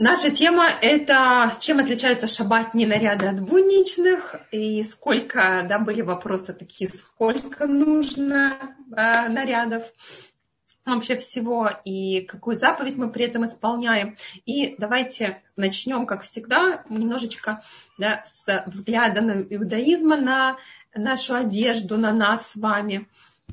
Наша тема – это чем отличаются шаббатные наряды от будничных, и сколько, да, были вопросы такие, сколько нужно нарядов вообще всего, и какую заповедь мы при этом исполняем. И давайте начнем, как всегда, немножечко, да, с взгляда на иудаизма, на нашу одежду, на нас с вами.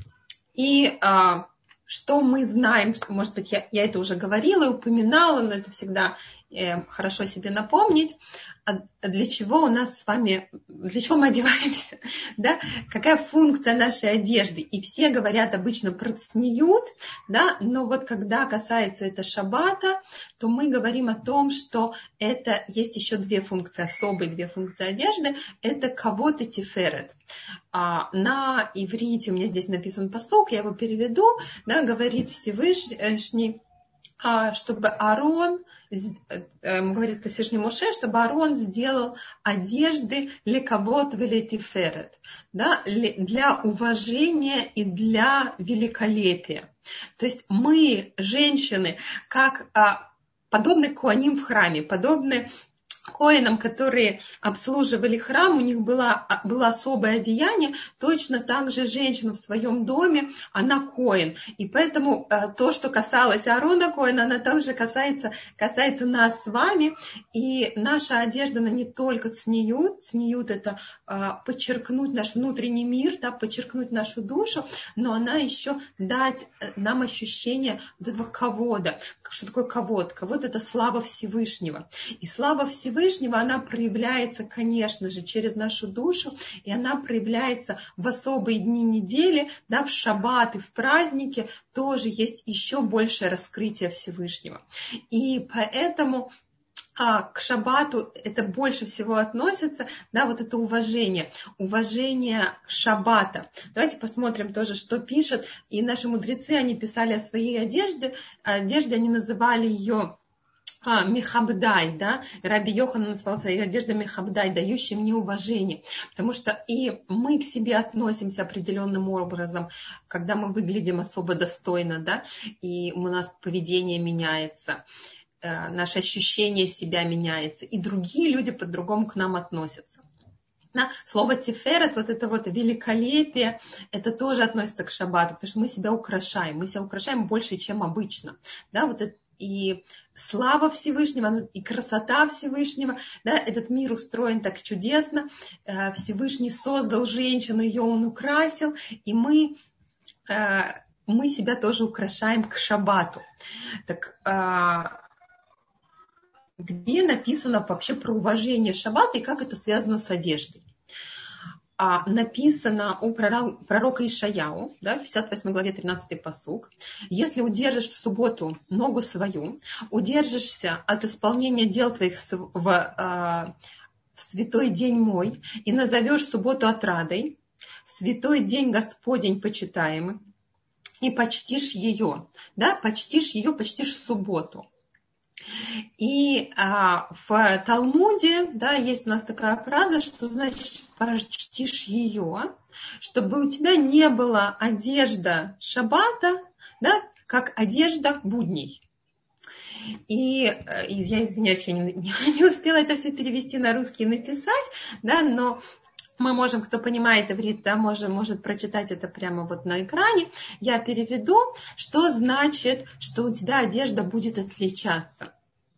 И что мы знаем, может быть, я это уже говорила и упоминала, но это всегда хорошо себе напомнить, для чего у нас с вами, для чего мы одеваемся, да? Какая функция нашей одежды. И все говорят обычно про цниют, да? Но вот когда касается это шаббата, то мы говорим о том, что это есть еще две функции, особые две функции одежды, это кавод и тиферет. На иврите у меня здесь написан пасук, я его переведу, да, говорит Всевышний, чтобы Аарон, говорит Всевышний Моше, чтобы Аарон сделал одежды лекавод велетиферет, да, для уважения и для великолепия. То есть мы, женщины, как подобны коаним в храме, подобны коинам, которые обслуживали храм, у них было особое одеяние, точно так же женщина в своем доме, она коин. И поэтому то, что касалось Аарона коина, она также касается нас с вами. И наша одежда, она не только цниют это подчеркнуть наш внутренний мир, да, подчеркнуть нашу душу, но она еще дать нам ощущение вот этого кавода. Что такое кавод? Кавод – это слава Всевышнего. И слава Всевышнего, она проявляется, конечно же, через нашу душу, и она проявляется в особые дни недели, да, в шаббат и в праздники тоже есть еще большее раскрытие Всевышнего. И поэтому к шаббату это больше всего относится, да, вот это уважение шаббата. Давайте посмотрим тоже, что пишут. И наши мудрецы, они писали о своей одежде, они называли ее Мехабдай, да, Раби Йохан назвал своей одеждой Мехабдай, дающей мне уважение, потому что и мы к себе относимся определенным образом, когда мы выглядим особо достойно, да, и у нас поведение меняется, наше ощущение себя меняется, и другие люди по-другому к нам относятся. Да? Слово тиферет, вот это вот великолепие, это тоже относится к шаббату, потому что мы себя украшаем больше, чем обычно, да, вот это. И слава Всевышнего, и красота Всевышнего, да, этот мир устроен так чудесно, Всевышний создал женщину, ее он украсил, и мы себя тоже украшаем к шаббату. Так где написано вообще про уважение шаббата и как это связано с одеждой? Написано у пророка Ишаяу, да, в 58 главе 13 пасук: если удержишь в субботу ногу свою, удержишься от исполнения дел твоих в святой день мой и назовешь субботу отрадой, святой день Господень почитаемый, и почтишь ее, да, почтишь субботу. И в Талмуде, да, есть у нас такая фраза, что значит почтишь ее, чтобы у тебя не было одежда шаббата, да, как одежда будней. И я извиняюсь, я не успела это все перевести на русский и написать, да, но мы можем, кто понимает иврит, да, может прочитать это прямо вот на экране. Я переведу, что значит, что у тебя одежда будет отличаться.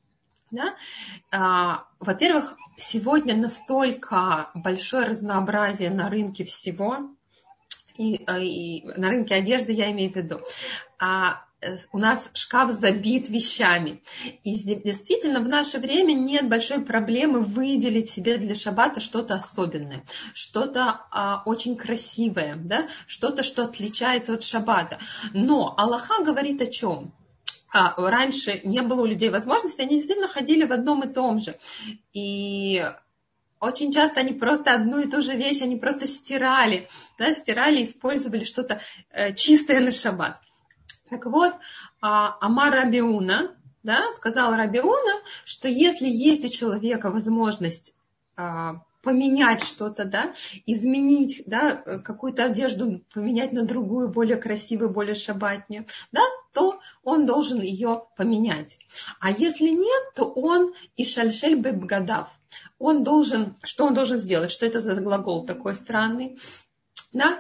Да? Во-первых, сегодня настолько большое разнообразие на рынке всего, и на рынке одежды я имею в виду. У нас шкаф забит вещами. И действительно в наше время нет большой проблемы выделить себе для шаббата что-то особенное, что-то очень красивое, да? Что-то, что отличается от шаббата. Но Аллаха говорит о чем? Раньше не было у людей возможности, они действительно ходили в одном и том же. И очень часто они просто одну и ту же вещь, они просто стирали, использовали что-то чистое на шаббат. Так вот, Амар Раби Уна, да, сказал Раби Уна, что если есть у человека возможность поменять что-то, да, изменить, да, какую-то одежду, поменять на другую, более красивую, более шаббатную, да, то он должен ее поменять. А если нет, то он и шальшель бебгадав. Что он должен сделать? Что это за глагол такой странный? Да?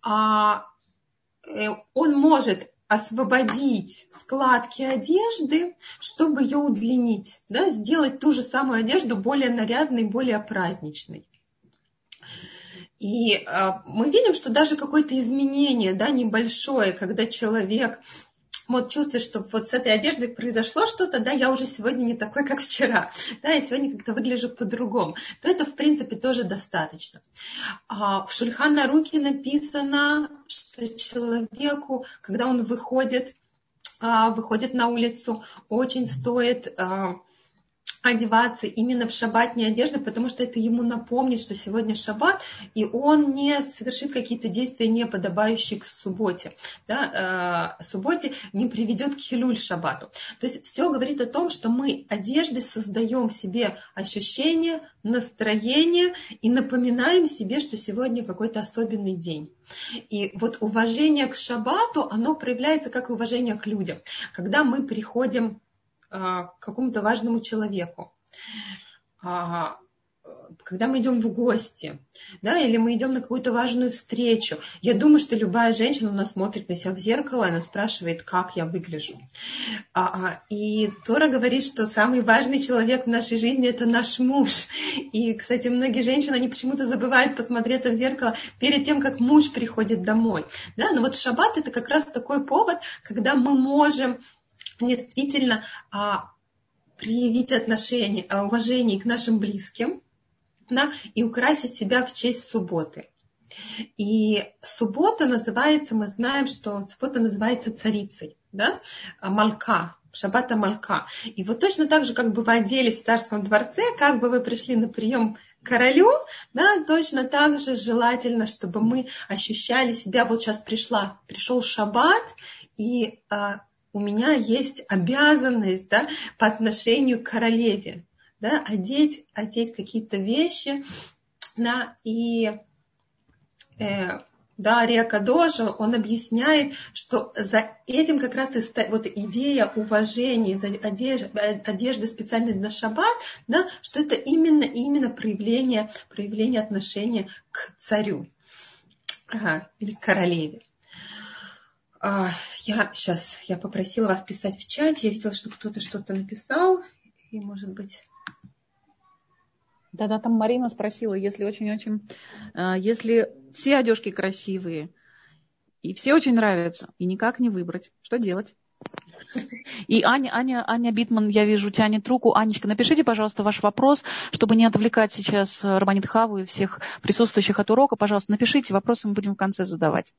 Он может освободить складки одежды, чтобы ее удлинить, да, сделать ту же самую одежду более нарядной, более праздничной. И мы видим, что даже какое-то изменение, да, небольшое, когда человек вот чувствует, что вот с этой одеждой произошло что-то, да, я уже сегодня не такой, как вчера, да, я сегодня как-то выгляжу по-другому, то это, в принципе, тоже достаточно. В Шульхан Арухе написано, что человеку, когда он выходит на улицу, очень стоит одеваться именно в шаббатные одежды, потому что это ему напомнит, что сегодня шаббат, и он не совершит какие-то действия, не подобающие к субботе. Да, субботе не приведет к хилюль шаббату. То есть все говорит о том, что мы одеждой создаем себе ощущение, настроение и напоминаем себе, что сегодня какой-то особенный день. И вот уважение к шаббату, оно проявляется как и уважение к людям. Когда мы приходим к какому-то важному человеку, когда мы идем в гости, да, или мы идем на какую-то важную встречу. Я думаю, что любая женщина у нас смотрит на себя в зеркало, и она спрашивает, как я выгляжу. И Тора говорит, что самый важный человек в нашей жизни – это наш муж. И, кстати, многие женщины, они почему-то забывают посмотреться в зеркало перед тем, как муж приходит домой. Да? Но вот шаббат – это как раз такой повод, когда мы можем действительно проявить уважение к нашим близким, да, и украсить себя в честь субботы. И суббота называется, мы знаем, что суббота называется царицей, да, Малька, шаббата Малька. И вот точно так же, как бы вы оделись в царском дворце, как бы вы пришли на прием к королю, да, точно так же желательно, чтобы мы ощущали себя, вот сейчас пришел шаббат, и у меня есть обязанность, да, по отношению к королеве, да, одеть какие-то вещи, да, и да, Ария Кадоша, он объясняет, что за этим как раз и вот идея уважения, за одежды специальной на шаббат, да, что это именно проявление отношения к царю или к королеве. Я попросила вас писать в чате. Я видела, что кто-то что-то написал. И, может быть... Да, там Марина спросила, если все одежки красивые, и все очень нравятся, и никак не выбрать, что делать? И Аня Битман, я вижу, тянет руку. Анечка, напишите, пожалуйста, ваш вопрос, чтобы не отвлекать сейчас Рабанит Хаву и всех присутствующих от урока. Пожалуйста, напишите, вопросы мы будем в конце задавать.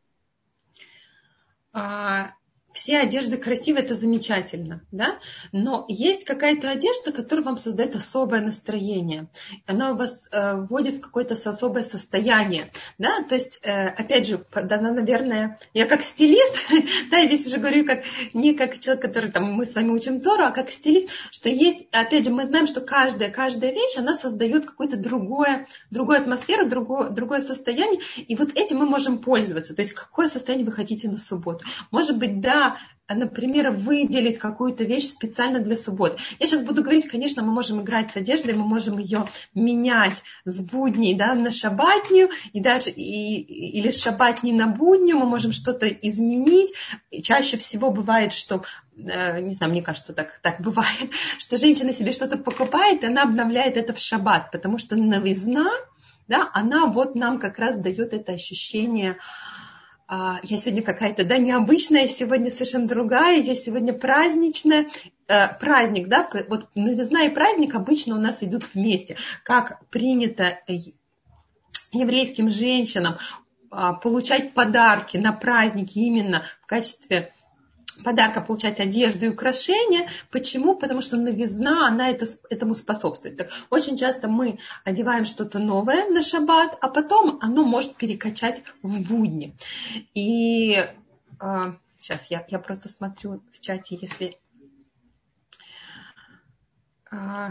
Все одежды красивые, это замечательно, да? Но есть какая-то одежда, которая вам создает особое настроение. Она вас вводит в какое-то особое состояние, да? То есть, опять же, наверное, я как стилист, да, здесь уже говорю не как человек, который мы с вами учим Тору, а как стилист, что есть, опять же, мы знаем, что каждая вещь, она создает какую-то другую атмосферу, другое состояние, и вот этим мы можем пользоваться. То есть, какое состояние вы хотите на субботу? Может быть, да, например, выделить какую-то вещь специально для субботы. Я сейчас буду говорить, конечно, мы можем играть с одеждой, мы можем ее менять с будней, да, на шаббатнюю, и даже или с шаббатней на буднюю, мы можем что-то изменить. И чаще всего бывает, что, не знаю, мне кажется, так бывает, что женщина себе что-то покупает, и она обновляет это в шаббат, потому что новизна, да, она вот нам как раз дает это ощущение. Я сегодня какая-то, да, необычная, сегодня совершенно другая, я сегодня праздничная. Праздник, да, вот новизна и праздник обычно у нас идут вместе. Как принято еврейским женщинам получать подарки на праздники именно в качестве подарка, получать одежду и украшения. Почему? Потому что новизна, она этому способствует. Так, очень часто мы одеваем что-то новое на шаббат, а потом оно может перекачать в будни. И сейчас я просто смотрю в чате, если...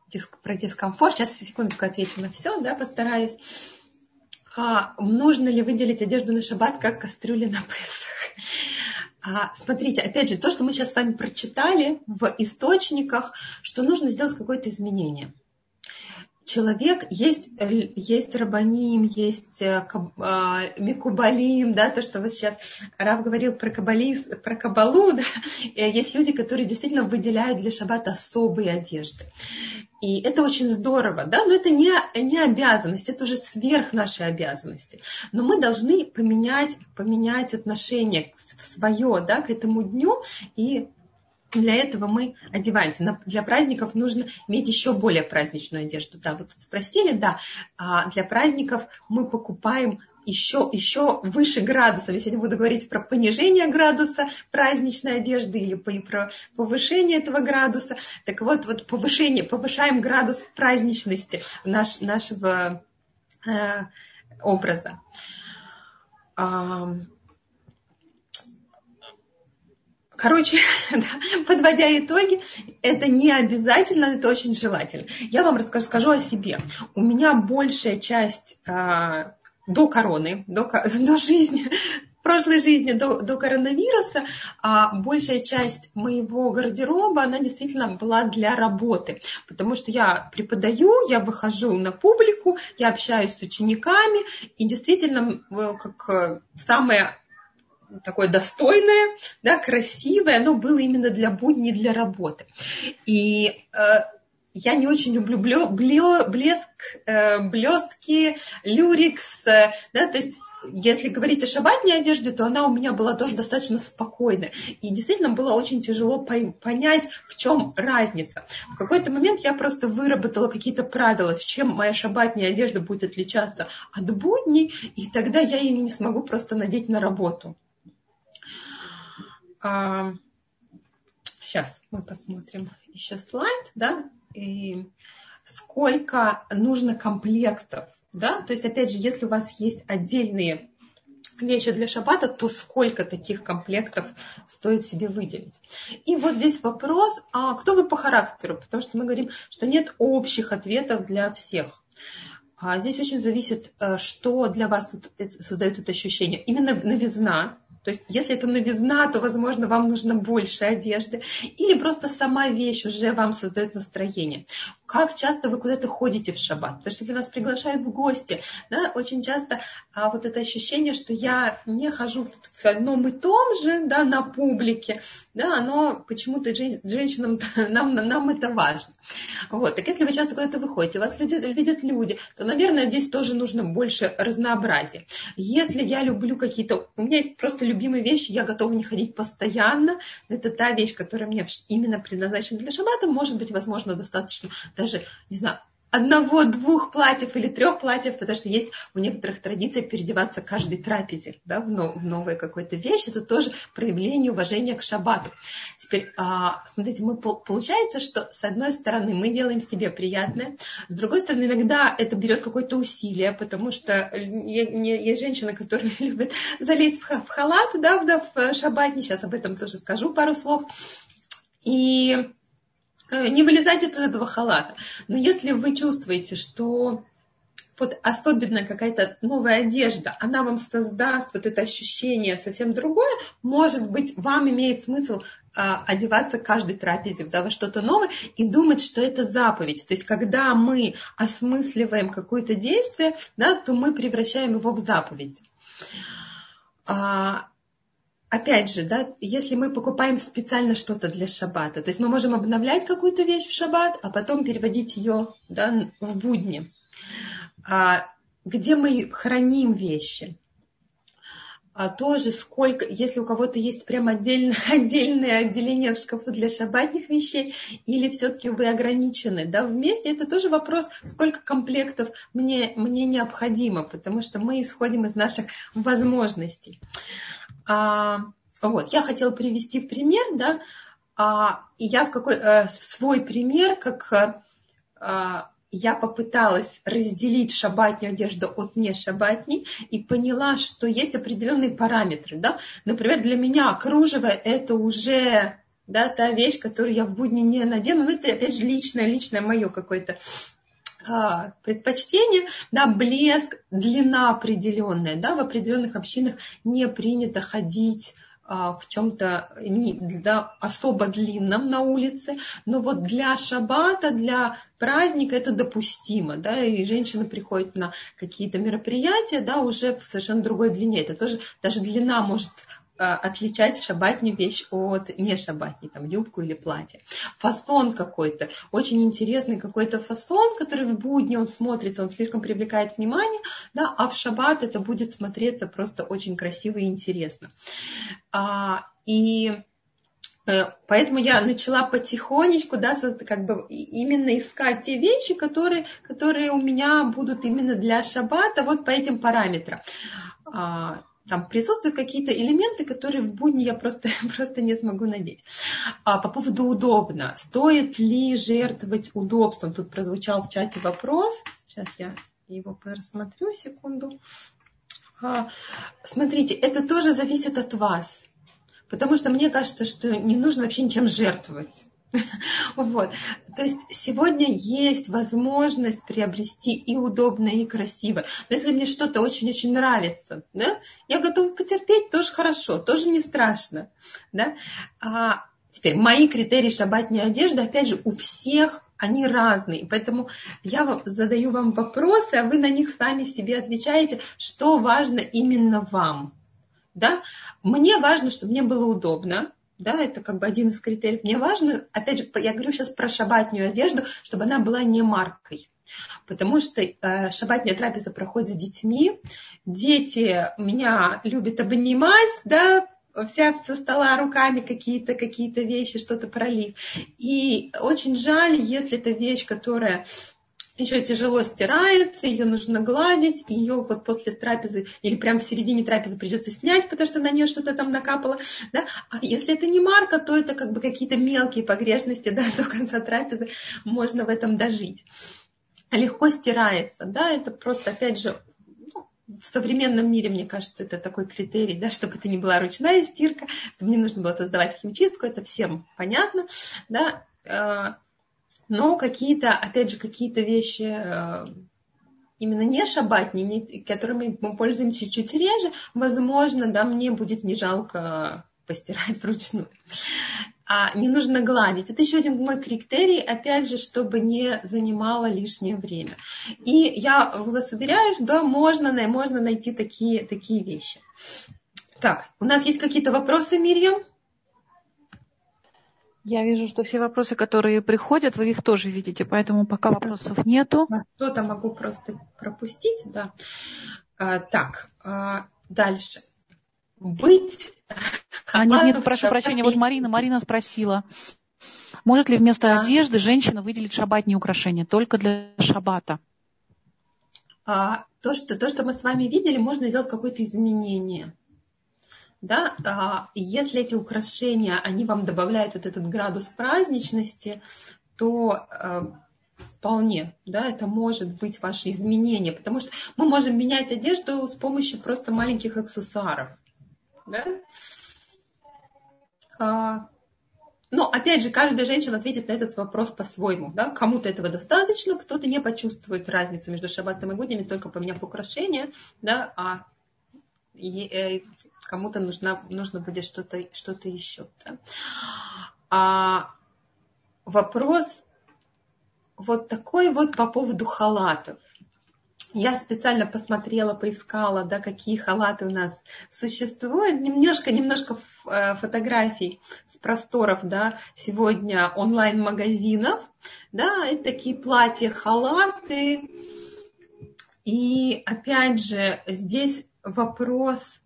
про дискомфорт. Сейчас, секундочку, отвечу на все, да, постараюсь. Нужно ли выделить одежду на шаббат, как кастрюли на Песах? Смотрите, опять же, то, что мы сейчас с вами прочитали в источниках, что нужно сделать какое-то изменение. Человек, есть рабаним, есть микубалим, да, то, что вот сейчас Рав говорил про кабалу, да, есть люди, которые действительно выделяют для шаббата особые одежды. И это очень здорово, да, но это не обязанность, это уже сверх нашей обязанности. Но мы должны поменять отношение свое, да, к этому дню, и для этого мы одеваемся. Для праздников нужно иметь еще более праздничную одежду. Да, вот спросили, да, для праздников мы покупаем еще выше градуса. Я сегодня буду говорить про понижение градуса праздничной одежды или про повышение этого градуса. Так вот повышаем градус праздничности нашего образа. Короче, подводя итоги, это не обязательно, это очень желательно. Я вам скажу о себе. У меня большая часть до короны, до жизни, прошлой жизни, до коронавируса, большая часть моего гардероба, она действительно была для работы. Потому что я преподаю, я выхожу на публику, я общаюсь с учениками, и действительно, как самое такое достойное, да, красивое, оно было именно для будней, для работы. И я не очень люблю блестки, люрикс, да, то есть если говорить о шаббатной одежде, то она у меня была тоже достаточно спокойная. И действительно было очень тяжело понять, в чем разница. В какой-то момент я просто выработала какие-то правила, чем моя шаббатная одежда будет отличаться от будней, и тогда я ее не смогу просто надеть на работу. Сейчас мы посмотрим еще слайд, да, и сколько нужно комплектов, да, то есть, опять же, если у вас есть отдельные вещи для шаббата, то сколько таких комплектов стоит себе выделить. И вот здесь вопрос, кто вы по характеру, потому что мы говорим, что нет общих ответов для всех. Здесь очень зависит, что для вас создает это ощущение. Именно новизна. То есть, если это новизна, то, возможно, вам нужно больше одежды. Или просто сама вещь уже вам создает настроение. Как часто вы куда-то ходите в шаббат? Потому что если нас приглашают в гости, да, очень часто вот это ощущение, что я не хожу в одном и том же, да, на публике, да, оно почему-то женщинам, нам это важно. Вот. Так если вы часто куда-то выходите, вас видят люди, то, наверное, здесь тоже нужно больше разнообразия. Если я люблю какие-то... У меня есть просто любимые вещи, я готова не ходить постоянно. Это та вещь, которая мне именно предназначена для шаббата. Может быть, возможно, достаточно даже, не знаю, 1-2 платьев или 3 платьев, потому что есть у некоторых традиций переодеваться каждой трапезе, да, в новую какую-то вещь. Это тоже проявление уважения к шаббату. Теперь, смотрите, получается, что с одной стороны мы делаем себе приятное, с другой стороны иногда это берет какое-то усилие, потому что есть женщины, которые любят залезть в халат, да, в шаббатне. Сейчас об этом тоже скажу пару слов. И не вылезать из этого халата. Но если вы чувствуете, что вот особенная какая-то новая одежда, она вам создаст вот это ощущение совсем другое, может быть, вам имеет смысл одеваться к каждой трапезе, да, во что-то новое и думать, что это заповедь. То есть, когда мы осмысливаем какое-то действие, да, то мы превращаем его в заповедь. Опять же, да, если мы покупаем специально что-то для шаббата, то есть мы можем обновлять какую-то вещь в шаббат, а потом переводить ее, да, в будни. Где мы храним вещи. Тоже сколько, если у кого-то есть прям отдельное отделение в шкафу для шаббатных вещей, или все-таки вы ограничены, да, вместе, это тоже вопрос, сколько комплектов мне необходимо, потому что мы исходим из наших возможностей. Вот, я хотела привести в пример, да, и я свой пример, как я попыталась разделить шаббатную одежду от нешаббатней и поняла, что есть определенные параметры, да. Например, для меня кружево это уже да, та вещь, которую я в будни не надену, ну, это, опять же, личное мое какое-то предпочтение, да, блеск, длина определенная, да, в определенных общинах не принято ходить в чем-то особо длинном на улице, но вот для шаббата, для праздника это допустимо, да, и женщина приходит на какие-то мероприятия, да, уже в совершенно другой длине, это тоже, даже длина может отличать шаббатную вещь от нешаббатной, там, юбку или платье. Фасон какой-то, очень интересный какой-то фасон, который в будни он смотрится, он слишком привлекает внимание, да, а в шаббат это будет смотреться просто очень красиво и интересно. И поэтому я начала потихонечку, да, как бы именно искать те вещи, которые у меня будут именно для шаббата, вот по этим параметрам. Там присутствуют какие-то элементы, которые в будни я просто не смогу надеть. По поводу удобно. Стоит ли жертвовать удобством? Тут прозвучал в чате вопрос. Сейчас я его просмотрю, секунду. Смотрите, это тоже зависит от вас. Потому что мне кажется, что не нужно вообще ничем жертвовать. Вот. То есть сегодня есть возможность приобрести и удобно, и красиво. Но если мне что-то очень-очень нравится, да, я готова потерпеть, тоже хорошо, тоже не страшно. Да? Теперь мои критерии шаббатной одежды, опять же, у всех они разные. Поэтому я задаю вам вопросы, а вы на них сами себе отвечаете, что важно именно вам. Да? Мне важно, чтобы мне было удобно. Да, это как бы один из критериев. Мне важно, опять же, я говорю сейчас про шаббатную одежду, чтобы она была не маркой. Потому что шаббатная трапеза проходит с детьми. Дети меня любят обнимать, да, вся со стола руками какие-то вещи, что-то пролив. И очень жаль, если это вещь, которая еще тяжело стирается, ее нужно гладить, ее вот после трапезы или прямо в середине трапезы придется снять, потому что на нее что-то там накапало. Да? А если это не марка, то это как бы какие-то мелкие погрешности, да, до конца трапезы можно в этом дожить. Легко стирается, да, это просто, опять же, в современном мире, мне кажется, это такой критерий, да, чтобы это не была ручная стирка, чтобы не нужно было создавать химчистку, это всем понятно, да. Но опять же, какие-то вещи именно не шаббатные, которыми мы пользуемся чуть реже, возможно, да, мне будет не жалко постирать вручную. Не нужно гладить. Это еще один мой критерий, опять же, чтобы не занимало лишнее время. И я вас уверяю, да, можно найти такие вещи. Так, у нас есть какие-то вопросы, Мирьям? Я вижу, что все вопросы, которые приходят, вы их тоже видите, поэтому пока вопросов нету. Что-то могу просто пропустить, да. Так, дальше. Нет, прошу прощения, вот Марина спросила, может ли вместо одежды женщина выделить шаббатные украшения только для шаббата? То, что мы с вами видели, можно сделать какое-то изменение. Да, если эти украшения, они вам добавляют вот этот градус праздничности, то вполне, да, это может быть ваше изменение, потому что мы можем менять одежду с помощью просто маленьких аксессуаров. Да? Но, опять же, каждая женщина ответит на этот вопрос по-своему. Да? Кому-то этого достаточно, кто-то не почувствует разницу между шаббатом и буднями, только поменяв украшения, да, кому-то нужно будет что-то еще. Да? Вопрос вот такой вот по поводу халатов. Я специально поискала, да, какие халаты у нас существуют. Немножко фотографий с просторов, да, сегодня онлайн-магазинов. Да, это такие платья, халаты. И опять же, здесь вопрос,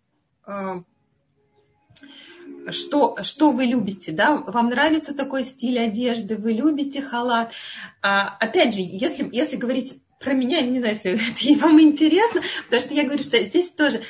что вы любите, да? Вам нравится такой стиль одежды, вы любите халат. Опять же, если говорить про меня, не знаю, если это вам интересно, потому что я говорю, что здесь тоже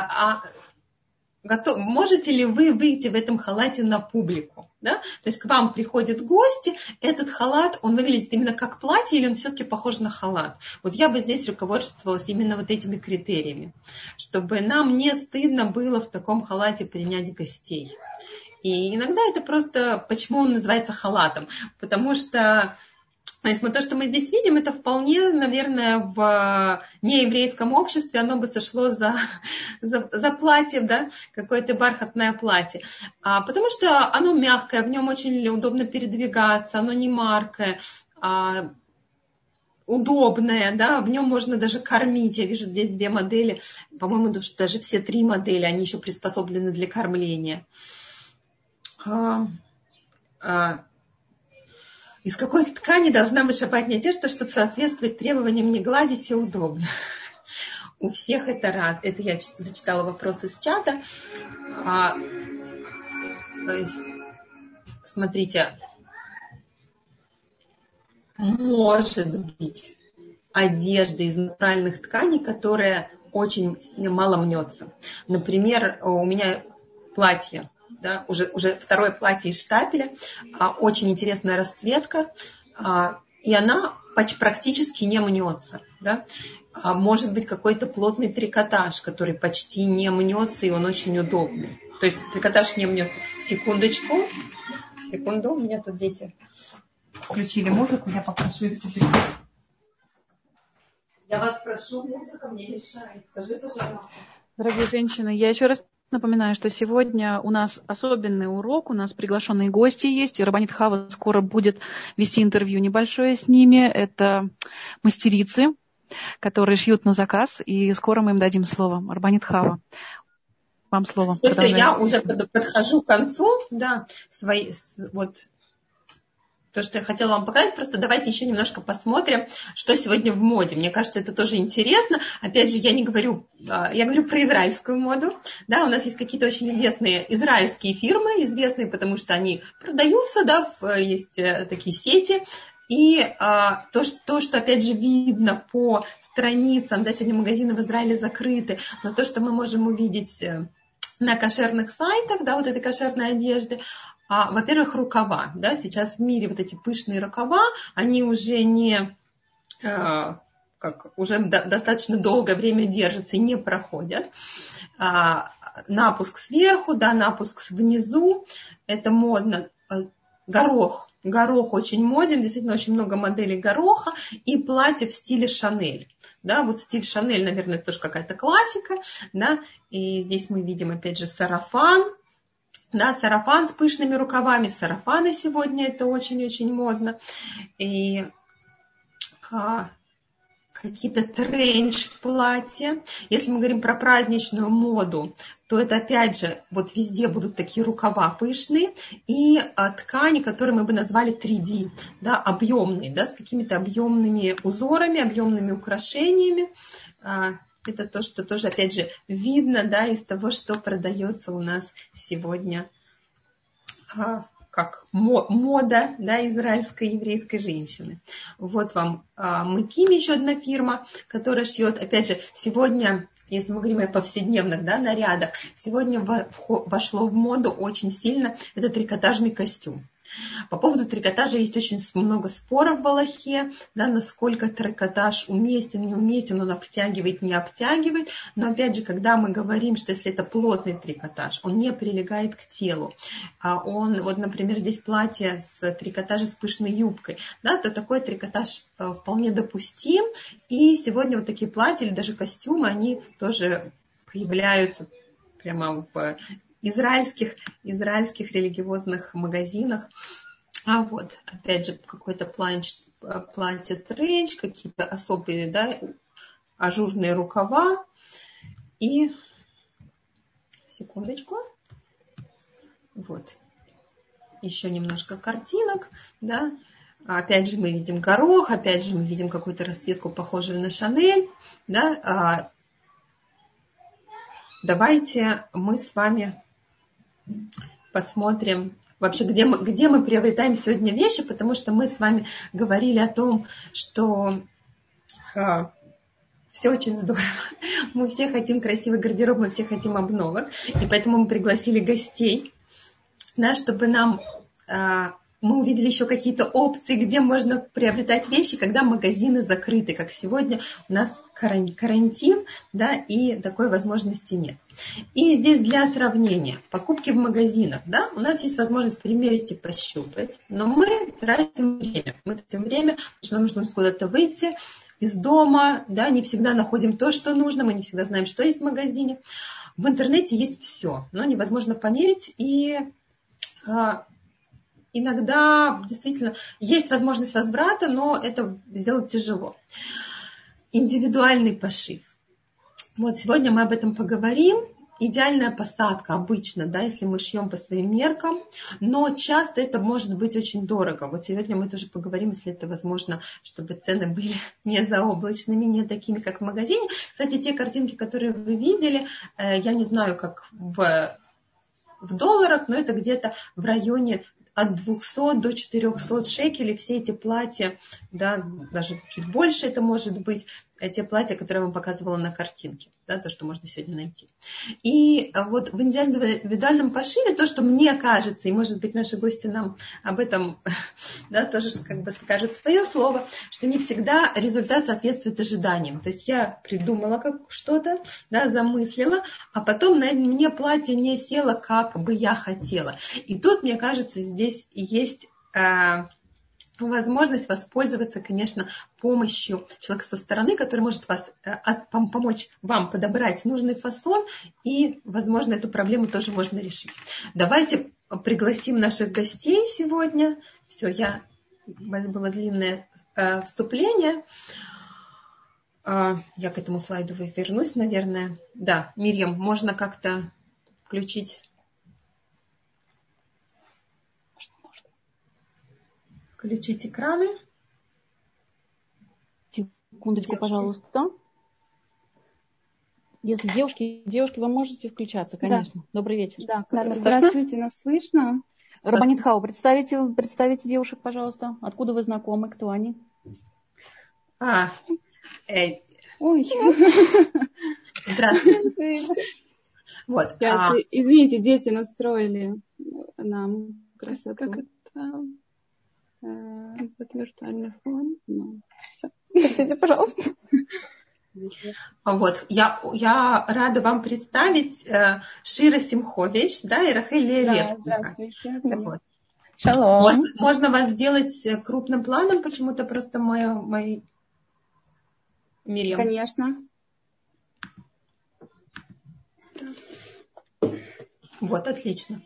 можете ли вы выйти в этом халате на публику? Да? То есть к вам приходят гости, этот халат, он выглядит именно как платье или он все-таки похож на халат? Вот я бы здесь руководствовалась именно вот этими критериями, чтобы нам не стыдно было в таком халате принять гостей. И иногда это просто, почему он называется халатом? Потому что то, что мы здесь видим, это вполне, наверное, в нееврейском обществе оно бы сошло за платье, да, какое-то бархатное платье. Потому что оно мягкое, в нем очень удобно передвигаться, оно не маркое, удобное, да, в нем можно даже кормить. Я вижу здесь 2 модели, по-моему, даже все 3 модели, они еще приспособлены для кормления. Из какой ткани должна быть шаббатная одежда, чтобы соответствовать требованиям не гладить и удобно? У всех это раз. Это я зачитала вопрос из чата. Смотрите, может быть одежда из натуральных тканей, которая очень мало мнется. Например, у меня платье. Да, уже 2-е платье из штапеля, очень интересная расцветка, и она практически не мнется. Да? Может быть какой-то плотный трикотаж, который почти не мнется, и он очень удобный. То есть трикотаж не мнется. Секунду, у меня тут дети включили музыку, я попрошу их теперь. Я вас прошу, музыка мне мешает. Скажи, пожалуйста. Дорогие женщины, я еще раз напоминаю, что сегодня у нас особенный урок, у нас приглашенные гости есть, и Рабанит Хава скоро будет вести интервью небольшое с ними. Это мастерицы, которые шьют на заказ, и скоро мы им дадим слово. Рабанит Хава, вам слово. Я уже подхожу к концу, да, то, что я хотела вам показать, просто давайте еще немножко посмотрим, что сегодня в моде. Мне кажется, это тоже интересно. Опять же, я говорю про израильскую моду. Да, у нас есть какие-то очень известные израильские фирмы, известные, потому что они продаются, да, есть такие сети. И то, что, опять же, видно по страницам, да, сегодня магазины в Израиле закрыты, но то, что мы можем увидеть на кошерных сайтах, да, вот этой кошерной одежды, во-первых, рукава, да, сейчас в мире вот эти пышные рукава, они уже уже достаточно долгое время держатся и не проходят. Напуск сверху, да, напуск внизу, это модно. Горох очень моден, действительно очень много моделей гороха, и платье в стиле Шанель. Да, вот стиль Шанель, наверное, это тоже какая-то классика, да, и здесь мы видим, опять же, сарафан. Да, сарафан с пышными рукавами. Сарафаны сегодня это очень-очень модно. И какие-то тренч-платья. Если мы говорим про праздничную моду, то это опять же, вот везде будут такие рукава пышные и ткани, которые мы бы назвали 3D, да, объемные, да, с какими-то объемными узорами, объемными украшениями. Это то, что тоже, опять же, видно, да, из того, что продается у нас сегодня как мода, да, израильской еврейской женщины. Вот вам Мыким, еще одна фирма, которая шьет, опять же, сегодня, если мы говорим о повседневных, да, нарядах, сегодня вошло в моду очень сильно это трикотажный костюм. По поводу трикотажа есть очень много споров в Алахе, да, насколько трикотаж уместен, не уместен, он обтягивает, не обтягивает. Но опять же, когда мы говорим, что если это плотный трикотаж, он не прилегает к телу, вот, например, здесь платье с трикотажем с пышной юбкой, да, то такой трикотаж вполне допустим. И сегодня вот такие платья или даже костюмы, они тоже появляются прямо в израильских религиозных магазинах. Вот, опять же, какой-то платье тренч, какие-то особые, да, ажурные рукава. И, секундочку, вот, еще немножко картинок, да. Опять же мы видим горох, опять же мы видим какую-то расцветку, похожую на Шанель, да. Давайте мы с вами посмотрим вообще, где мы приобретаем сегодня вещи, потому что мы с вами говорили о том, что все очень здорово. Мы все хотим красивый гардероб, мы все хотим обновок, и поэтому мы пригласили гостей, да, чтобы нам мы увидели еще какие-то опции, где можно приобретать вещи, когда магазины закрыты, как сегодня у нас карантин, да, и такой возможности нет. И здесь для сравнения, покупки в магазинах, да, у нас есть возможность примерить и пощупать, но мы тратим время. Мы тратим время, потому что нам нужно куда-то выйти из дома, да, не всегда находим то, что нужно, мы не всегда знаем, что есть в магазине. В интернете есть все, но невозможно померить, и иногда действительно есть возможность возврата, но это сделать тяжело. Индивидуальный пошив. Вот сегодня мы об этом поговорим. Идеальная посадка обычно, да, если мы шьем по своим меркам, но часто это может быть очень дорого. Вот сегодня мы тоже поговорим, если это возможно, чтобы цены были не заоблачными, не такими, как в магазине. Кстати, те картинки, которые вы видели, я не знаю, как в долларах, но это где-то в районе от 200 до 400 шекелей. Все эти платья, да, даже чуть больше это может быть, те платья, которые я вам показывала на картинке, да, то, что можно сегодня найти. И вот в индивидуальном пошиве то, что мне кажется, и, может быть, наши гости нам об этом, да, тоже как бы скажут свое слово, что не всегда результат соответствует ожиданиям. То есть я придумала как что-то, да, замыслила, а потом на мне платье не село, как бы я хотела. И тут, мне кажется, здесь есть возможность воспользоваться, конечно, помощью человека со стороны, который может помочь вам подобрать нужный фасон, и, возможно, эту проблему тоже можно решить. Давайте пригласим наших гостей сегодня. Все, было длинное вступление. Я к этому слайду вернусь, наверное. Да, Мирьям, можно как-то включить... Включить экраны. Секундочку, пожалуйста. Если девушки, вы можете включаться, конечно. Да. Добрый вечер. Да, здравствуйте, нас слышно? Рабанит Хау, представите девушек, пожалуйста. Откуда вы знакомы, кто они? Ой. Здравствуйте. Вот. Извините, дети настроили нам красоту. Как это? Это виртуальный фон. Все. Простите, пожалуйста. Вот. Я рада вам представить Шира Симхович, да, и Рахель Левет. Да, здравствуйте. Вот. Шалом. Можно вас сделать крупным планом, почему-то просто мой Мирьям. Конечно. Вот, отлично.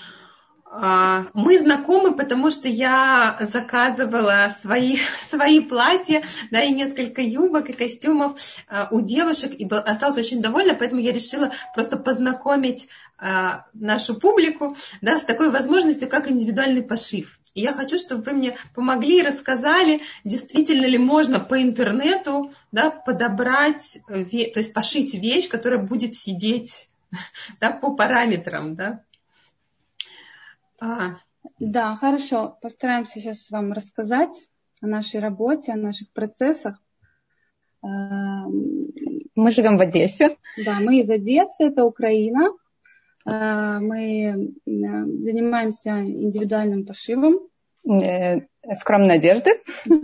Мы знакомы, потому что я заказывала свои платья, да, и несколько юбок и костюмов у девушек, и осталась очень довольна, поэтому я решила просто познакомить нашу публику, да, с такой возможностью, как индивидуальный пошив. И я хочу, чтобы вы мне помогли и рассказали, действительно ли можно по интернету, да, подобрать, то есть пошить вещь, которая будет сидеть, да, по параметрам, да. Да, хорошо. Постараемся сейчас вам рассказать о нашей работе, о наших процессах. Мы живем в Одессе. Да, мы из Одессы, это Украина. Мы занимаемся индивидуальным пошивом. Скромной одежды.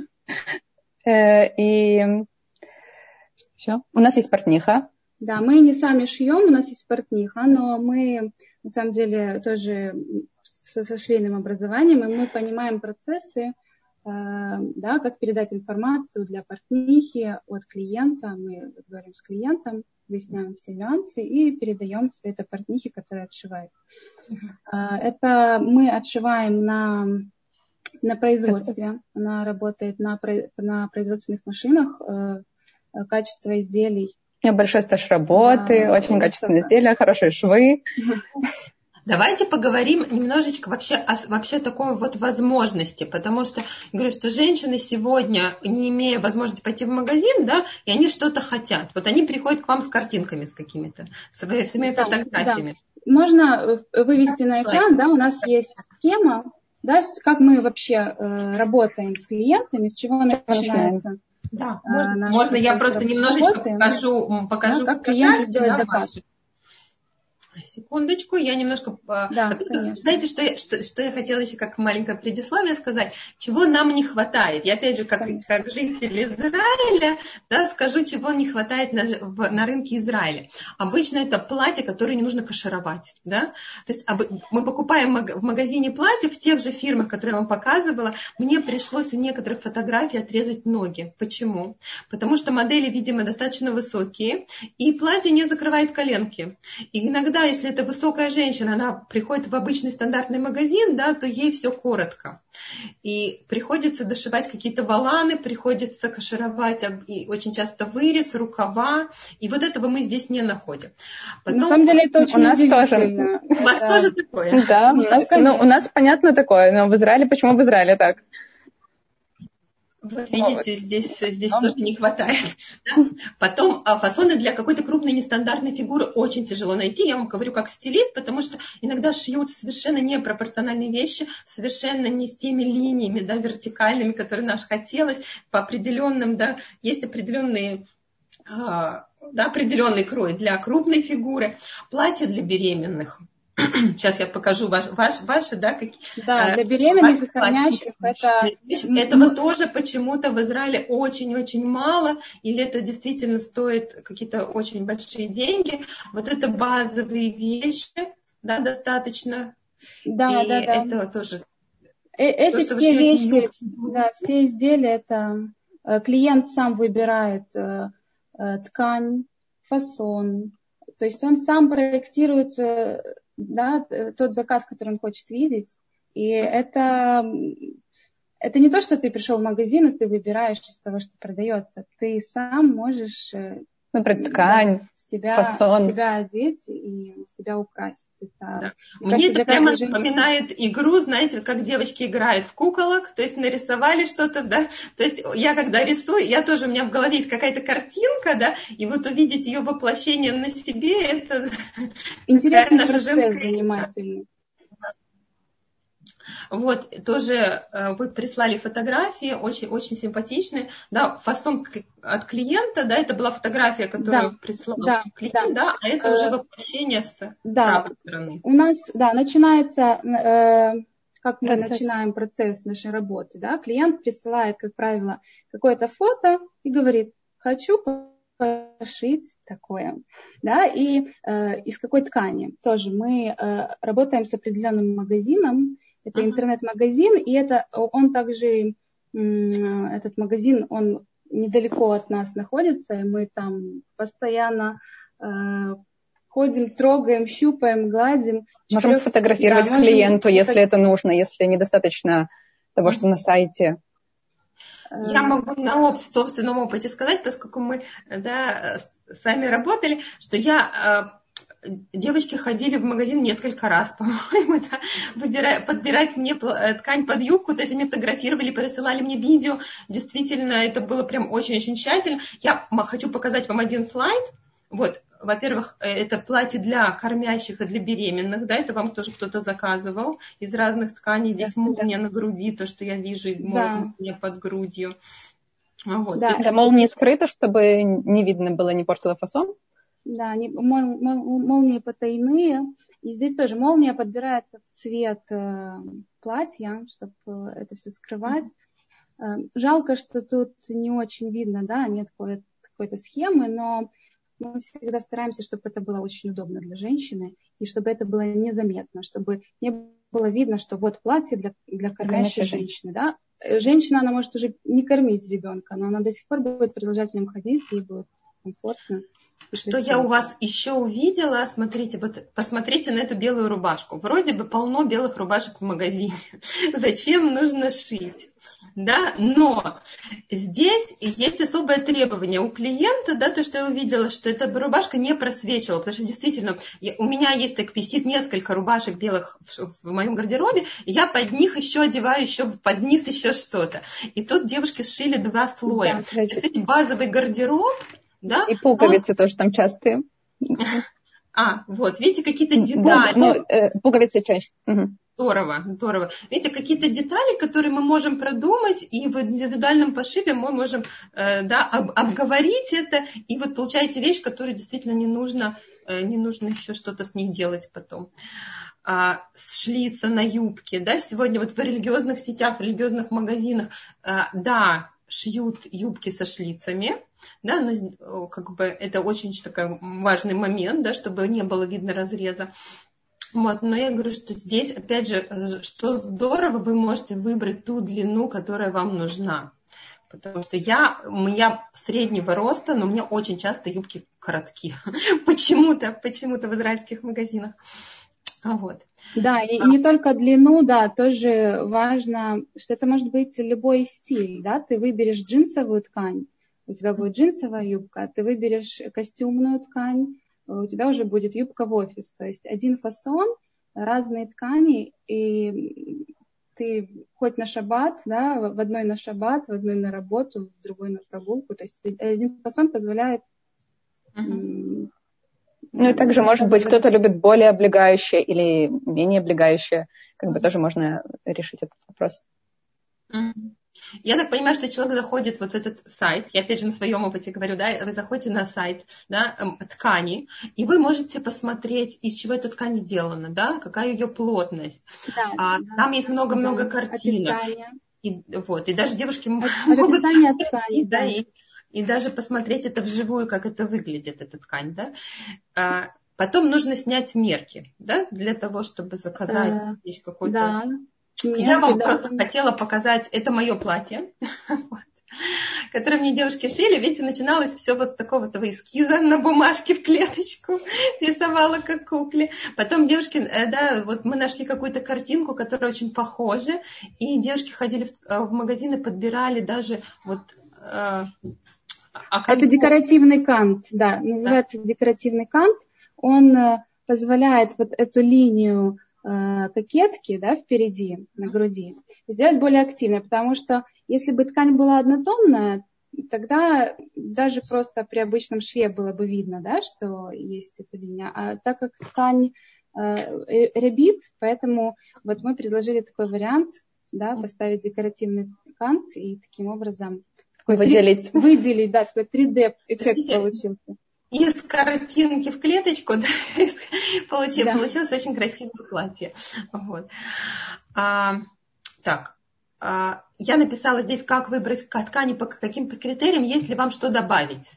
И все. У нас есть портниха. Да, мы не сами шьем, у нас есть портниха, но мы на самом деле тоже со швейным образованием, и мы понимаем процессы, да, как передать информацию для портнихи от клиента. Мы говорим с клиентом, выясняем все нюансы и передаем все это портнихе, которая отшивает. Это мы отшиваем на производстве. Она работает на производственных машинах, качество изделий. У меня большой стаж работы, очень качественные изделия, хорошие швы. Давайте поговорим немножечко вообще о такой вот возможности, потому что я говорю, что женщины сегодня, не имея возможности пойти в магазин, да, и они что-то хотят. Вот они приходят к вам с картинками, с какими-то своими фотографиями. Да. Можно вывести на экран, да, у нас есть схема, да, как мы вообще работаем с клиентами, с чего начинается. Да, можно я просто немножечко покажу да, как клиенту сделать заказ. Секундочку, я немножко... Да, конечно. Знаете, что я хотела еще как маленькое предисловие сказать? Чего нам не хватает? Я опять же, как житель Израиля, да, скажу, чего не хватает на рынке Израиля. Обычно это платье, которое не нужно кашировать. Да? То есть мы покупаем в магазине платье в тех же фирмах, которые я вам показывала. Мне пришлось у некоторых фотографий отрезать ноги. Почему? Потому что модели, видимо, достаточно высокие, и платье не закрывает коленки. И иногда, если это высокая женщина, она приходит в обычный стандартный магазин, да, то ей все коротко. И приходится дошивать какие-то воланы, приходится кашировать, и очень часто вырез, рукава. И вот этого мы здесь не находим. Потом, на самом деле это очень удивительно. У вас тоже такое? Да, у нас понятно такое, но в Израиле, почему в Израиле так? Вот видите, здесь тоже не хватает. Да? Потом фасоны для какой-то крупной нестандартной фигуры очень тяжело найти. Я вам говорю как стилист, потому что иногда шьют совершенно непропорциональные вещи, совершенно не с теми линиями, да, вертикальными, которые нам хотелось, по определенным, да, есть определенные... Да, определенный крой для крупной фигуры, платье для беременных. Сейчас я покажу ваши, да, какие. Да, для беременных и кормящих этого тоже почему-то в Израиле очень-очень мало, или это действительно стоит какие-то очень большие деньги. Вот это базовые вещи, да, достаточно. Да, и да. Это тоже. Эти то, все вещи, да, все изделия, это клиент сам выбирает ткань, фасон. То есть он сам проектирует, да, тот заказ, который он хочет видеть. И это не то, что ты пришел в магазин, и ты выбираешь из того, что продается. Ты сам можешь выбрать ткань, фасон. себя одеть и себя украсить. Да. Мне это прямо напоминает игру, знаете, как девочки играют в куколок, то есть нарисовали что-то, да, то есть я когда рисую, у меня в голове есть какая-то картинка, да, и вот увидеть ее воплощение на себе, это интересный наша женская занимательный. Вот, тоже вы прислали фотографии, очень симпатичные, да, фасон от клиента, да, это была фотография, которую прислал клиент, да, а это уже воплощение с правой стороны. У нас, начинается, как мы начинаем процесс нашей работы, да, клиент присылает, как правило, какое-то фото и говорит, хочу пошить такое, да, и из какой ткани. Тоже мы работаем с определенным магазином. Это интернет-магазин, и он также, этот магазин, он недалеко от нас находится, и мы там постоянно ходим, трогаем, щупаем, гладим. Можем сфотографировать клиенту, если это нужно, если недостаточно того, что на сайте. Я могу на собственном опыте сказать, поскольку мы сами работали, что девочки ходили в магазин несколько раз, по-моему, да, подбирать мне ткань под юбку, то есть они фотографировали, присылали мне видео. Действительно, это было прям очень-очень тщательно. Я хочу показать вам один слайд. Вот, во-первых, это платье для кормящих и для беременных, да, это вам тоже кто-то заказывал из разных тканей. Здесь молния на груди, то, что я вижу, молния под грудью. Вот. Да, молния скрыта, чтобы не видно было, не портила фасон. Да, молнии потайные. И здесь тоже молния подбирается в цвет платья, чтобы это все скрывать. Жалко, что тут не очень видно, да, нет какой-то схемы, но мы всегда стараемся, чтобы это было очень удобно для женщины, и чтобы это было незаметно, чтобы не было видно, что вот платье для кормящей женщины, да. Женщина, она может уже не кормить ребенка, но она до сих пор будет продолжать в нем ходить, ей будет комфортно. Что я у вас еще увидела, смотрите, вот посмотрите на эту белую рубашку. Вроде бы полно белых рубашек в магазине. Зачем нужно шить? Да, но здесь есть особое требование у клиента, да, то, что я увидела, что эта рубашка не просвечивала, потому что действительно у меня есть, так висит несколько рубашек белых в моем гардеробе, и я под них еще одеваю еще под низ еще что-то. И тут девушки сшили 2 слоя. То есть базовый гардероб, да? И пуговицы тоже там частые. Вот, видите, какие-то детали. Пуговицы чаще. Здорово, здорово. Видите, какие-то детали, которые мы можем продумать, и в индивидуальном пошиве мы можем обговорить это, и вот получаете вещь, которую действительно не нужно еще что-то с ней делать потом. Шлица на юбке, да, сегодня вот в религиозных сетях, в религиозных магазинах, да, шьют юбки со шлицами, да, но как бы это очень такой важный момент, да, чтобы не было видно разреза. Вот, но я говорю, что здесь, опять же, что здорово, вы можете выбрать ту длину, которая вам нужна. Потому что я среднего роста, но у меня очень часто юбки короткие. Почему-то в израильских магазинах. Вот. Да, и не только длину, да, тоже важно, что это может быть любой стиль, да, ты выберешь джинсовую ткань, у тебя будет джинсовая юбка, ты выберешь костюмную ткань, у тебя уже будет юбка в офис. То есть один фасон, разные ткани, и ты хоть на шаббат, да, в одной на шаббат, в одной на работу, в другой на прогулку. То есть один фасон позволяет... Ну и также, может быть, кто-то любит более облегающее или менее облегающее. Как бы тоже можно решить этот вопрос. Я так понимаю, что человек заходит вот в этот сайт, я опять же на своем опыте говорю, да, вы заходите на сайт, да, ткани, и вы можете посмотреть, из чего эта ткань сделана, да, какая ее плотность. Да, там есть много-много картинок. И даже девушки могут ткани, да, и даже посмотреть это вживую, как это выглядит, эта ткань, да. Потом нужно снять мерки, да, для того, чтобы заказать здесь какой-то... Да. Я вам просто хотела показать, это мое платье, которое мне девушки шили. Видите, начиналось все вот с такого-то эскиза на бумажке в клеточку, рисовала как кукле. Потом девушки, да, вот мы нашли какую-то картинку, которая очень похожа, и девушки ходили в магазины, подбирали даже вот... Это декоративный кант, да, называется декоративный кант. Он позволяет вот эту линию кокетки, да, впереди, на груди, сделать более активной, потому что если бы ткань была однотонная, тогда даже просто при обычном шве было бы видно, да, что есть эта линия. А так как ткань рябит, поэтому вот мы предложили такой вариант, да, поставить декоративный кант и таким образом выделить, да, такой 3D-эффект получился. Из картинки в клеточку, да, получилось очень красивое платье. Вот. Я написала здесь, как выбрать ткани, по каким критериям, есть ли вам что добавить.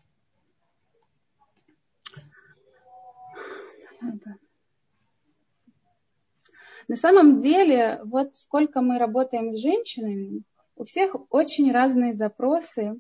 На самом деле, вот сколько мы работаем с женщинами, у всех очень разные запросы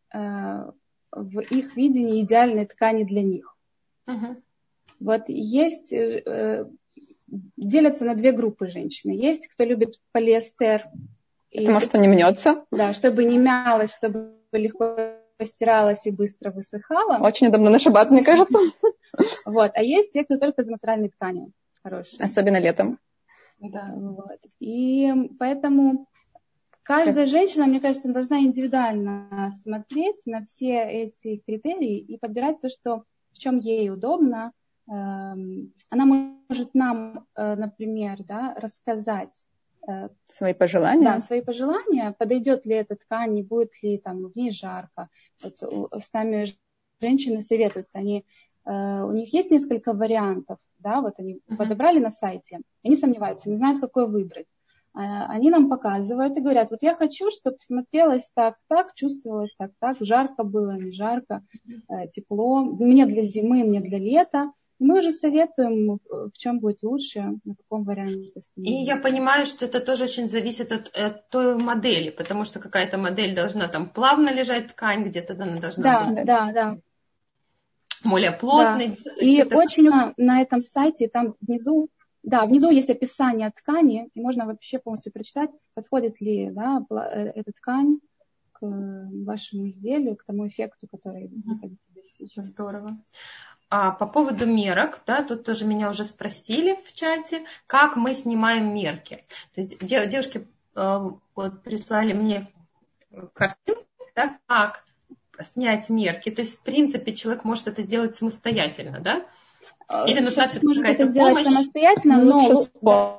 в их видении идеальной ткани для них. Вот есть, делятся на две группы женщин. Есть, кто любит полиэстер. Потому что не мнется. Да, чтобы не мялось, чтобы легко постиралась и быстро высыхала. Очень удобно на шаббат, мне кажется. Вот. А есть те, кто только из натуральной ткани. Хорошие. Особенно летом. Да. Вот. И поэтому каждая женщина, мне кажется, должна индивидуально смотреть на все эти критерии и подбирать то, что, в чем ей удобно. Она может нам, например, да, рассказать свои пожелания. Да, свои пожелания. Подойдет ли эта ткань, не будет ли там в ней жарко. Вот с нами женщины советуются. У них есть несколько вариантов. Да, вот они подобрали на сайте. Они сомневаются, не знают, какой выбрать. Они нам показывают и говорят, вот я хочу, чтобы смотрелось так, чувствовалось так, жарко было, не жарко, тепло. Мне для зимы, мне для лета. И мы уже советуем, в чем будет лучше, на каком варианте. И я понимаю, что это тоже очень зависит от той модели, потому что какая-то модель должна там плавно лежать ткань, где-то она должна быть. Да. Более плотный. Да. И очень на этом сайте, там внизу есть описание ткани, и можно вообще полностью прочитать, подходит ли, да, эта ткань к вашему изделию, к тому эффекту, который вы хотите достичь. Здорово. По поводу мерок, да, тут тоже меня уже спросили в чате, как мы снимаем мерки. То есть девушки вот прислали мне картинку, да, как снять мерки. То есть, в принципе, человек может это сделать самостоятельно, да? Или нужна все-таки какая-то помощь? Самостоятельно, но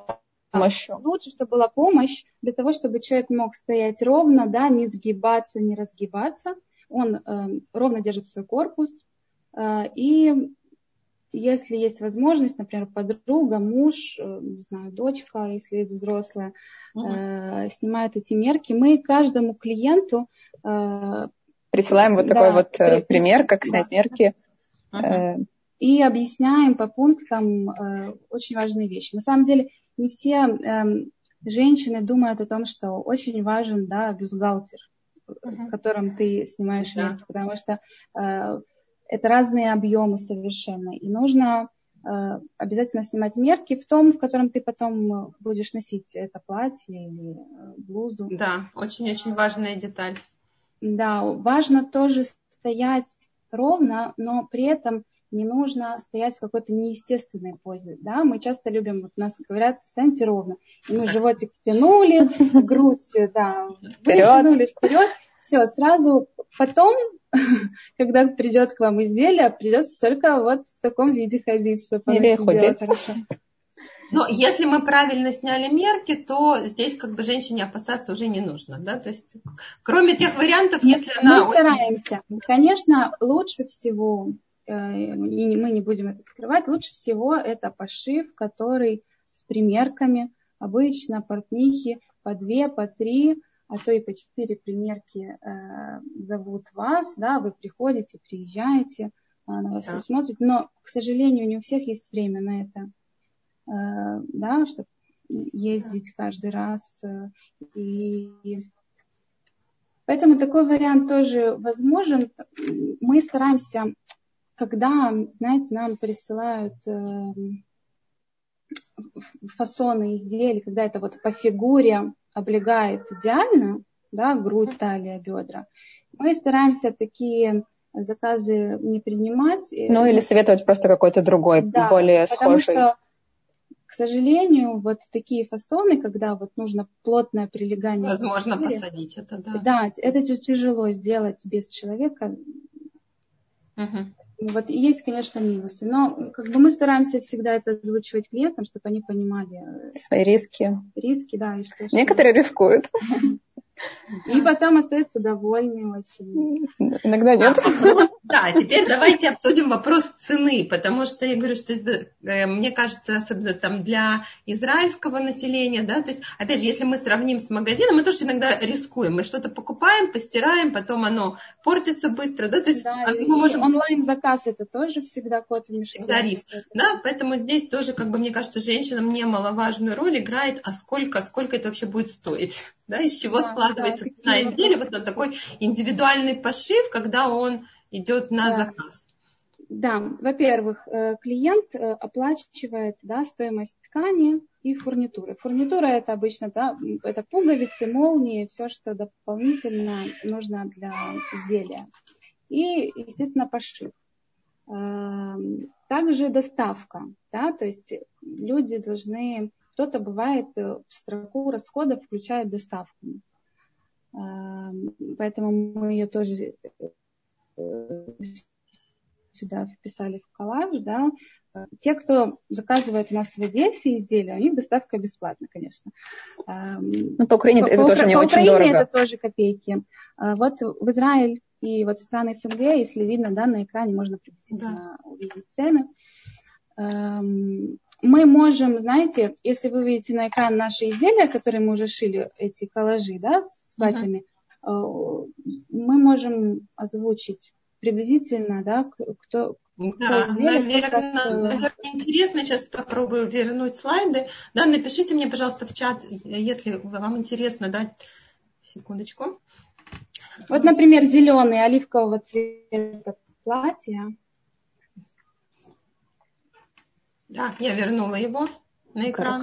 помощью. Лучше, чтобы была помощь для того, чтобы человек мог стоять ровно, да, не сгибаться, не разгибаться. Он ровно держит свой корпус. И если есть возможность, например, подруга, муж, не знаю, дочка, если есть взрослая, снимают эти мерки, мы каждому клиенту присылаем вот такой вот пример, как снять мерки. И объясняем по пунктам очень важные вещи. На самом деле не все женщины думают о том, что очень важен, да, бюстгальтер, которым ты снимаешь мерки, потому что это разные объемы совершенно. И нужно обязательно снимать мерки в том, в котором ты потом будешь носить это платье или блузу. Да, очень-очень важная деталь. Да, важно тоже стоять ровно, но при этом не нужно стоять в какой-то неестественной позе. Да? Мы часто любим, вот нас говорят, встаньте ровно. И мы животик втянули, грудь, да, вытянули вперед. Все, сразу потом, когда придет к вам изделие, придется только вот в таком виде ходить, чтобы оно сидело хорошо. Но если мы правильно сняли мерки, то здесь как бы женщине опасаться уже не нужно, да, то есть кроме тех вариантов, если она... Мы стараемся. Конечно, лучше всего, и мы не будем это скрывать, лучше всего это пошив, который с примерками. Обычно портнихи по 2, по 3, а то и по 4 примерки зовут вас, да, вы приходите, приезжаете, на вас все смотрят, но, к сожалению, не у всех есть время на это. Да, чтобы ездить каждый раз. И поэтому такой вариант тоже возможен. Мы стараемся, когда, знаете, нам присылают фасоны изделий, когда это вот по фигуре облегает идеально, да, грудь, талия, бедра, мы стараемся такие заказы не принимать. Ну, или советовать просто какой-то другой, да, более схожий. Потому что, к сожалению, вот такие фасоны, когда вот нужно плотное прилегание. Возможно, посадить это, да. Да, это тяжело сделать без человека. Вот есть, конечно, минусы, но как бы мы стараемся всегда это озвучивать клиентам, чтобы они понимали свои риски. Риски, да. И что, некоторые рискуют. И потом остаются довольны очень. Иногда нет. Да, теперь давайте обсудим вопрос цены, потому что я говорю, что это, мне кажется, особенно там для израильского населения, да, то есть, опять же, если мы сравним с магазином, мы тоже иногда рискуем, мы что-то покупаем, постираем, потом оно портится быстро, да, то есть да, мы можем... онлайн-заказ это тоже всегда кот в мешке. Всегда риск, да, поэтому здесь тоже, как бы, мне кажется, женщинам немаловажную роль играет, а сколько это вообще будет стоить, да, из чего складывается цена изделия, вот на такой индивидуальный пошив, когда он идет на заказ. Да, во-первых, клиент оплачивает, да, стоимость ткани и фурнитуры. Фурнитура это обычно, да, это пуговицы, молнии, все, что дополнительно нужно для изделия. И, естественно, пошив. Также доставка, да, то есть люди должны, кто-то бывает в строку расходов включает доставку. Поэтому мы ее тоже сюда вписали в коллаж, да. Те, кто заказывает у нас в Одессе изделия, у них доставка бесплатна, конечно. Ну, по Украине это тоже не очень дорого. По Украине это тоже копейки. Вот в Израиль и вот в страны СНГ, если видно, да, на экране можно приблизительно увидеть цены. Мы можем, знаете, если вы видите на экран наши изделия, которые мы уже шили, эти коллажи, да, с платьями, мы можем озвучить приблизительно, да, кто изделие, наверное, интересно, сейчас попробую вернуть слайды. Да, напишите мне, пожалуйста, в чат, если вам интересно, да, секундочку. Вот, например, зеленый оливкового цвета платье. Да, я вернула его на экран.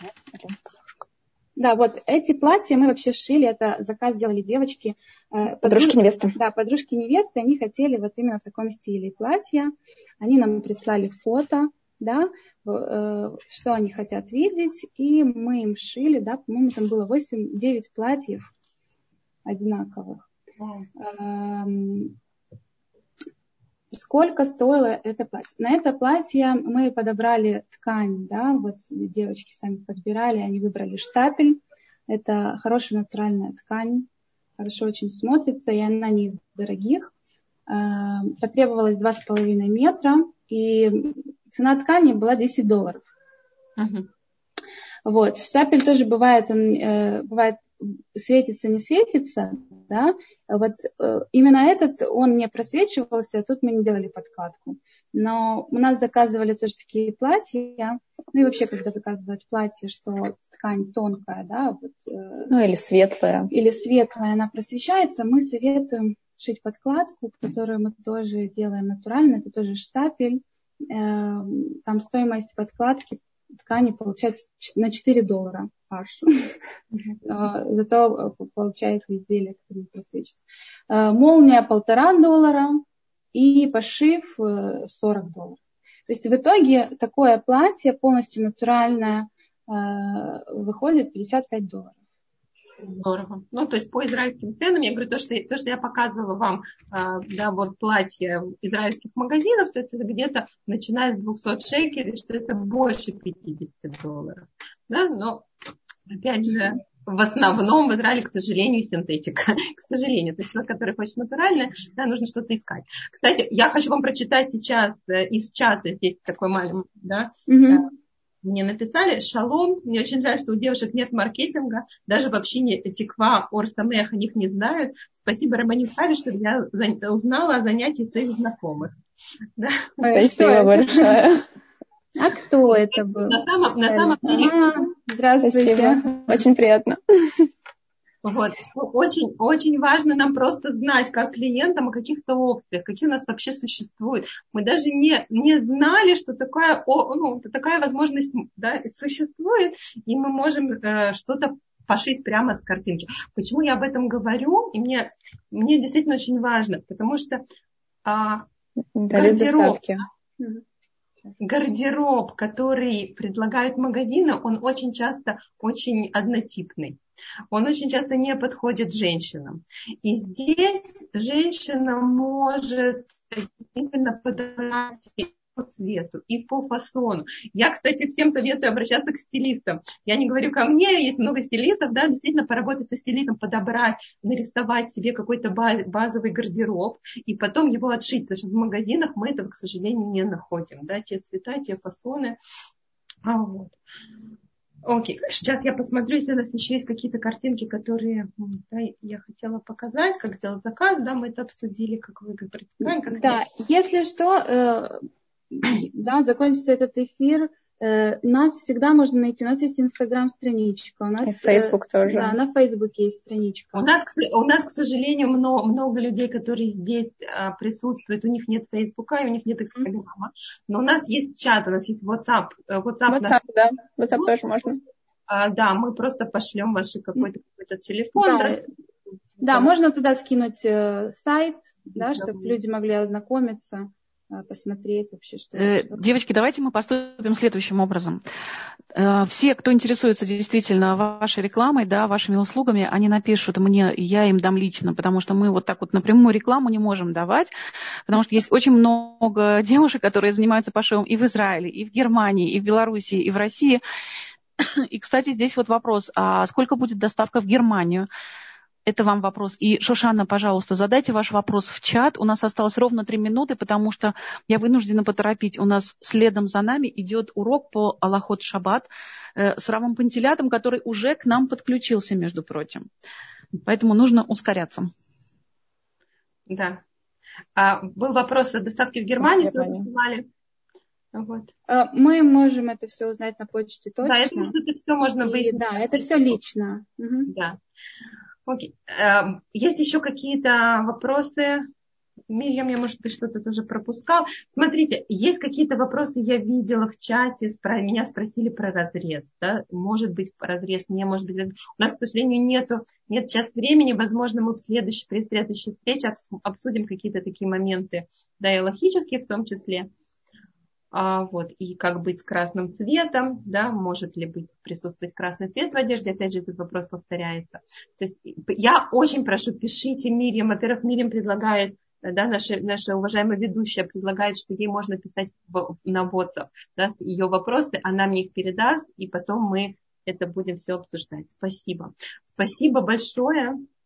Да, вот эти платья мы вообще шили, это заказ делали девочки. Подружки невесты. Да, подружки невесты, они хотели вот именно в таком стиле платья. Они нам прислали фото, да, что они хотят видеть, и мы им шили, да, по-моему, там было 8-9 платьев одинаковых. сколько стоило это платье. На это платье мы подобрали ткань, да, вот девочки сами подбирали, они выбрали штапель. Это хорошая натуральная ткань, хорошо очень смотрится, и она не из дорогих. Потребовалось 2,5 метра, и цена ткани была $10. Угу. Вот. Штапель тоже бывает, он бывает светится, не светится, да. Вот именно этот, он не просвечивался, тут мы не делали подкладку. Но у нас заказывали тоже такие платья, ну и вообще, когда заказывают платье, что ткань тонкая, да, вот, или светлая. Или светлая, она просвещается, мы советуем шить подкладку, которую мы тоже делаем натурально, это тоже штапель. Там стоимость подкладки ткани получается на $4 аж. Зато получается изделие, которое не просвечится. Молния $1,5 и пошив $40. То есть в итоге такое платье полностью натуральное выходит $55. Здорово. Ну, то есть по израильским ценам, я говорю, то, что я показывала вам, да, вот платье израильских магазинов, то это где-то начиная с 200 шекелей, что это больше $50. Да, но, опять же, в основном в Израиле, к сожалению, синтетика. К сожалению. То есть человек, который хочет натуральное, да, нужно что-то искать. Кстати, я хочу вам прочитать сейчас из чата, здесь такой маленький, да, мне написали: шалом, мне очень жаль, что у девушек нет маркетинга, даже в общине Тиква, Ор Самех о них не знают. Спасибо Рабаним Хави, что я узнала о занятии своих знакомых. Да? Спасибо большое. А кто это был? На самом деле... Здравствуйте. Спасибо. Очень приятно. Вот, что очень, очень важно нам просто знать, как клиентам, о каких-то опциях, какие у нас вообще существуют. Мы даже не знали, что такая возможность, да, существует, и мы можем что-то пошить прямо с картинки. Почему я об этом говорю? И мне действительно очень важно, потому что гардероб, который предлагают магазины, он очень часто очень однотипный. Он очень часто не подходит женщинам. И здесь женщина может действительно подобрать и по цвету, и по фасону. Я, кстати, всем советую обращаться к стилистам. Я не говорю ко мне, есть много стилистов, да, действительно поработать со стилистом, подобрать, нарисовать себе какой-то базовый гардероб, и потом его отшить, потому что в магазинах мы этого, к сожалению, не находим, да, те цвета, те фасоны. Вот. Окей, сейчас я посмотрю, если у нас еще есть какие-то картинки, которые, да, я хотела показать, как сделать заказ, да, мы это обсудили, как вы говорите. Да, если что, да, закончится этот эфир, нас всегда можно найти, у нас есть Инстаграм-страничка, у нас и Facebook тоже. Да, на Фейсбуке есть страничка. У нас, к сожалению, много людей, которые здесь присутствуют, у них нет Фейсбука, и у них нет Инстаграма, но у нас есть чат, у нас есть WhatsApp, да, WhatsApp тоже можно. Да, мы просто пошлем ваш какой-то телефон. Да, можно туда скинуть сайт, да, чтобы люди могли ознакомиться, посмотреть вообще, что... Девочки, давайте мы поступим следующим образом. Все, кто интересуется действительно вашей рекламой, да, вашими услугами, они напишут мне, я им дам лично, потому что мы вот так вот напрямую рекламу не можем давать, потому что есть очень много девушек, которые занимаются пошивом и в Израиле, и в Германии, и в Белоруссии, и в России. И, кстати, здесь вот вопрос, а сколько будет доставка в Германию? Это вам вопрос. И, Шошана, пожалуйста, задайте ваш вопрос в чат. У нас осталось ровно 3 минуты, потому что я вынуждена поторопить. У нас следом за нами идет урок по Алахот Шаббат с Равом Пантелятом, который уже к нам подключился, между прочим. Поэтому нужно ускоряться. Да. Был вопрос о доставке в Германию, что вы посылали. Вот. Мы можем это все узнать на почте точно. Да, я думаю, что это все можно выяснить. Да, это все лично. Да. Окей. Есть еще какие-то вопросы? Мирьям, я, может быть, что-то тоже пропускал. Смотрите, есть какие-то вопросы, я видела в чате, меня спросили про разрез. Да? Может быть разрез, не может быть разрез. У нас, к сожалению, нет сейчас времени. Возможно, мы при следующей встрече обсудим какие-то такие моменты, да, и логические в том числе. Вот, и как быть с красным цветом, да, может ли присутствовать красный цвет в одежде, опять же, этот вопрос повторяется. То есть я очень прошу, пишите Мирьям, во-первых, Мирьям предлагает да, наша уважаемая ведущая предлагает, что ей можно писать на WhatsApp, да, ее вопросы, она мне их передаст, и потом мы это будем все обсуждать. Спасибо. Спасибо большое.